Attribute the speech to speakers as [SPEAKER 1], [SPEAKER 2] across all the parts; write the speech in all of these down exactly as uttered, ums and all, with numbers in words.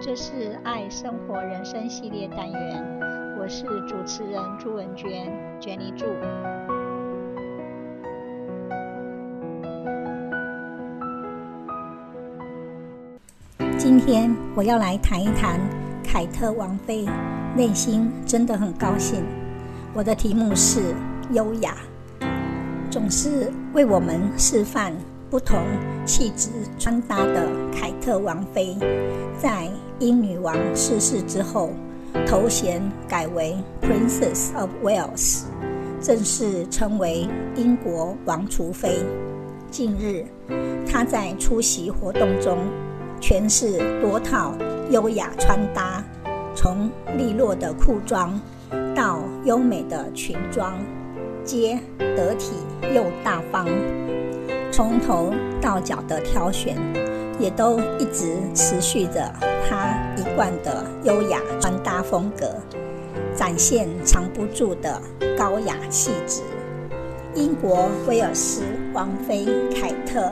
[SPEAKER 1] 这是爱生活人生系列单元，我是主持人朱文娟 Jenny 朱。今天我要来谈一谈凯特王妃，内心真的很高兴。我的题目是优雅，总是为我们示范不同气质穿搭的凯特王妃，在英女王逝世之后，头衔改为 Princess of Wales， 正式称为英国王储妃。近日，她在出席活动中诠释多套优雅穿搭，从利落的裤装到优美的裙装，皆得体又大方。从头到脚的挑选也都一直持续着她一贯的优雅穿搭风格，展现藏不住的高雅气质。英国威尔斯王妃凯特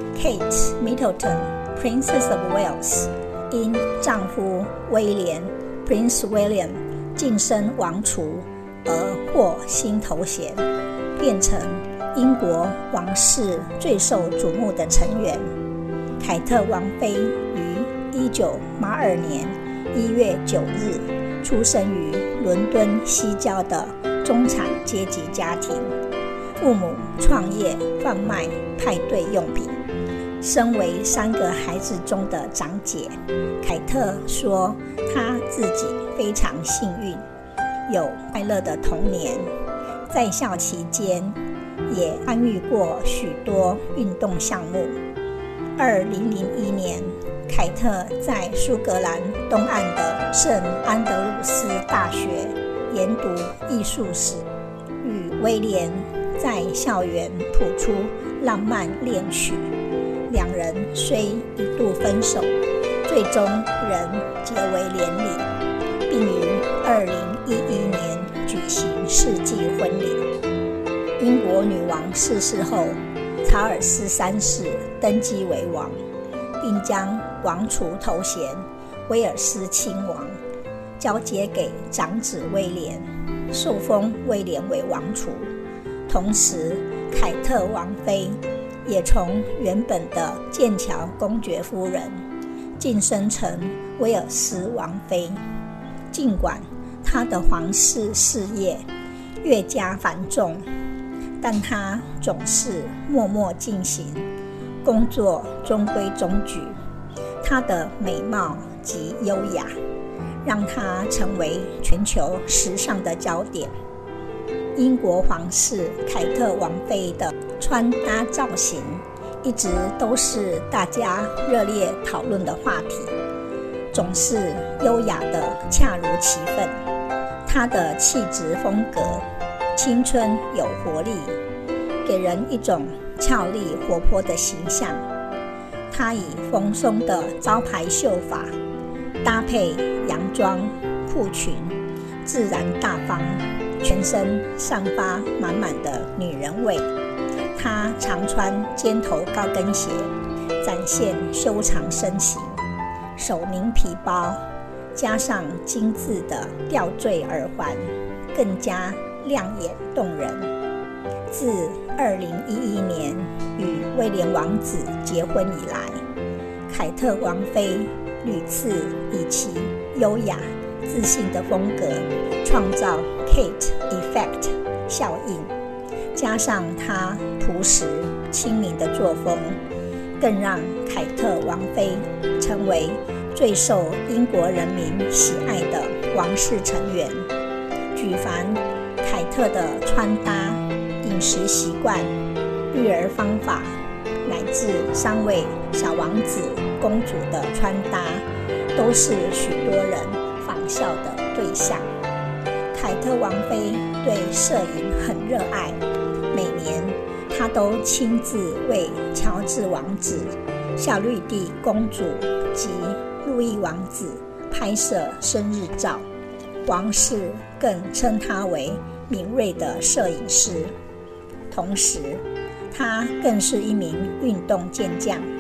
[SPEAKER 1] Kate Middleton Princess of Wales 因丈夫威廉 Prince William 晋升王储而获新头衔，变成英国王室最受瞩目的成员。凯特王妃于一九八二年一月九日出生于伦敦西郊的中产阶级家庭，父母创业贩卖派对用品。身为三个孩子中的长姐，凯特说她自己非常幸运，有快乐的童年，在校期间也参与过许多运动项目。二零零一年，凯特在苏格兰东岸的圣安德鲁斯大学研读艺术史，与威廉在校园谱出浪漫恋曲。两人虽一度分手，最终仍结为连理，并于二零一一年举行世纪婚礼。英国女王逝世后，查尔斯三世登基为王，并将王储头衔威尔斯亲王交接给长子威廉，受封威廉为王储。同时，凯特王妃也从原本的剑桥公爵夫人晋升成威尔斯王妃。尽管她的皇室事业越加繁重，但她总是默默进行，工作中规中矩。她的美貌及优雅让她成为全球时尚的焦点。英国皇室凯特王妃的穿搭造型一直都是大家热烈讨论的话题，总是优雅的恰如其分。她的气质风格青春有活力，给人一种俏丽活泼的形象。她以蓬松的招牌秀发搭配洋装裤裙，自然大方，全身散发满满的女人味。她常穿尖头高跟鞋，展现修长身形，手名皮包加上精致的吊坠耳环，更加亮眼动人。自二零一一年与威廉王子结婚以来，凯特王妃屡次以其优雅自信的风格创造 Kate Effect 效应，加上她朴实亲民的作风，更让凯特王妃成为最受英国人民喜爱的王室成员。举凡凯特的穿搭、饮食习惯、育儿方法，乃至三位小王子、公主的穿搭，都是许多人仿效的对象。凯特王妃对摄影很热爱，每年她都亲自为乔治王子、夏绿蒂公主及路易王子拍摄生日照，王室更称她为敏锐的摄影师。同时，她更是一名运动健将，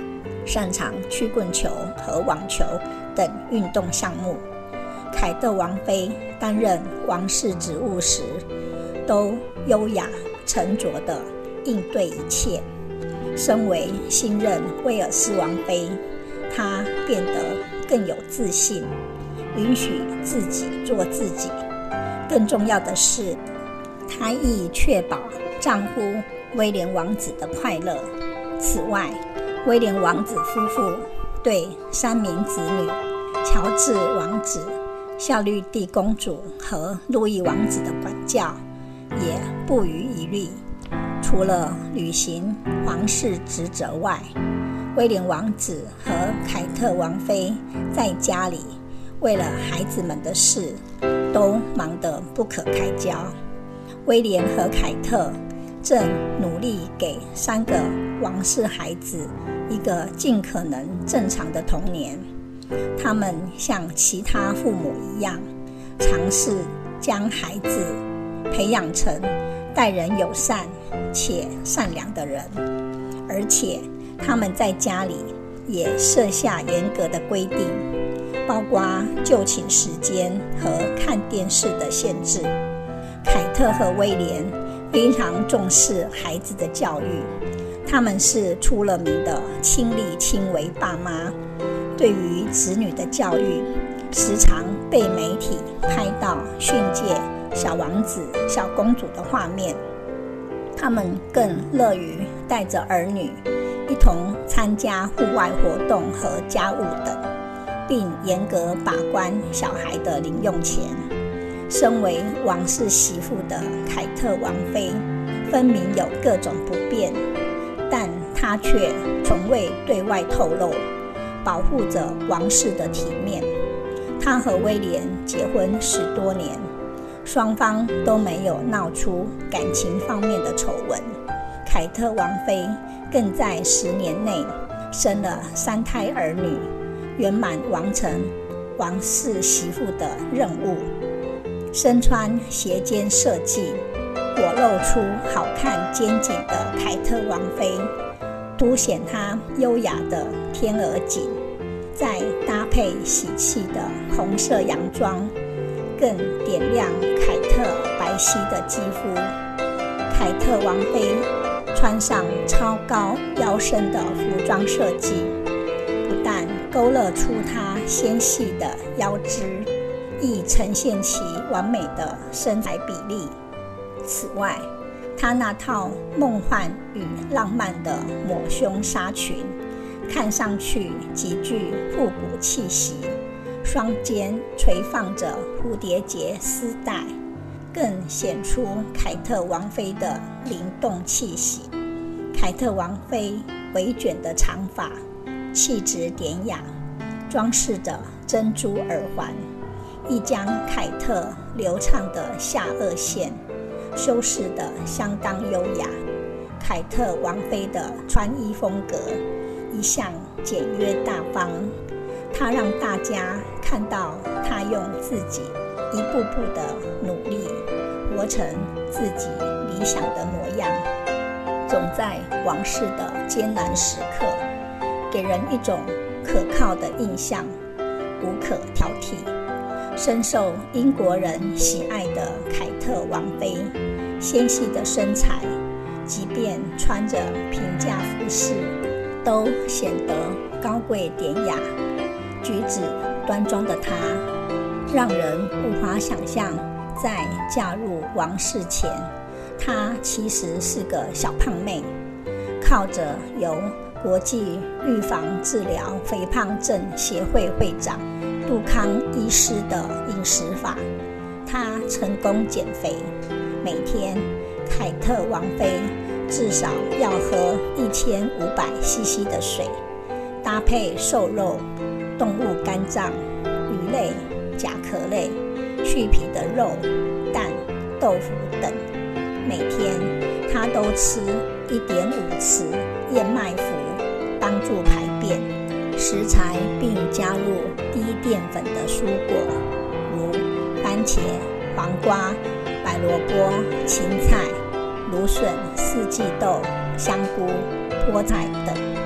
[SPEAKER 1] 擅长曲棍球和网球等运动项目。凯特王妃担任王室职务时，都优雅沉着地应对一切。身为新任威尔斯王妃，她变得更有自信，允许自己做自己。更重要的是，她亦确保丈夫威廉王子的快乐。此外，威廉王子夫妇对三名子女乔治王子、效率蒂公主和路易王子的管教也不遗余力。除了履行皇室职责外，威廉王子和凯特王妃在家里为了孩子们的事都忙得不可开交。威廉和凯特正努力给三个王室孩子一个尽可能正常的童年。他们像其他父母一样，尝试将孩子培养成待人友善且善良的人，而且他们在家里也设下严格的规定，包括就寝时间和看电视的限制。凯特和威廉非常重视孩子的教育，他们是出了名的亲力亲为爸妈。对于子女的教育，时常被媒体拍到训诫小王子、小公主的画面。他们更乐于带着儿女一同参加户外活动和家务等，并严格把关小孩的零用钱。身为王室媳妇的凯特王妃分明有各种不便，但她却从未对外透露，保护着王室的体面。她和威廉结婚十多年，双方都没有闹出感情方面的丑闻。凯特王妃更在十年内生了三胎儿女，圆满完成王室媳妇的任务。身穿斜肩设计，裸露出好看肩颈的凯特王妃，凸显她优雅的天鹅颈，再搭配喜气的红色洋装，更点亮凯特白皙的肌肤。凯特王妃穿上超高腰身的服装设计，不但勾勒出她纤细的腰肢，亦呈现其完美的身材比例。此外，她那套梦幻与浪漫的抹胸纱裙看上去极具复古气息，双肩垂放着蝴蝶结丝带，更显出凯特王妃的灵动气息。凯特王妃微卷的长发，气质典雅，装饰着珍珠耳环，亦将凯特流畅的下颚线修饰得相当优雅。凯特王妃的穿衣风格一向简约大方，她让大家看到她用自己一步步的努力，活成自己理想的模样。总在王室的艰难时刻，给人一种可靠的印象，无可挑剔。深受英国人喜爱的凯特王妃，纤细的身材，即便穿着平价服饰，都显得高贵典雅。举止端庄的她，让人无法想象，在嫁入王室前，她其实是个小胖妹，靠着由国际预防治疗肥胖症协会会长杜康医师的饮食法，她成功减肥。每天，凯特王妃至少要喝一千五百 C C 的水，搭配瘦肉、动物肝脏、鱼类、甲壳类、去皮的肉、蛋、豆腐等。每天她都吃 一点五匙燕麦麸，帮助排便。食材并加入低淀粉的蔬果，如番茄、黄瓜、白萝卜、芹菜、芦笋、四季豆、香菇、菠菜等。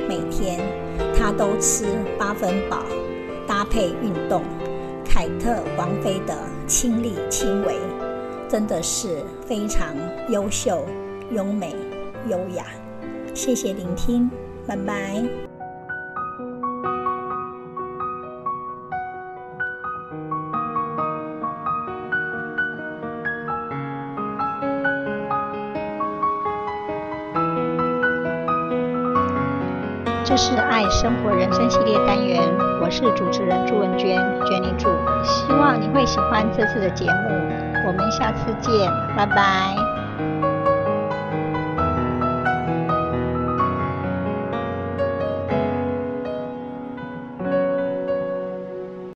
[SPEAKER 1] 每天她都吃八分饱，搭配运动。凯特王妃的亲力亲为，真的是非常优秀、优美、优雅。谢谢聆听，拜拜。这是爱生活人生系列单元，我是主持人朱文娟，娟妮祝，希望你会喜欢这次的节目，我们下次见，拜拜。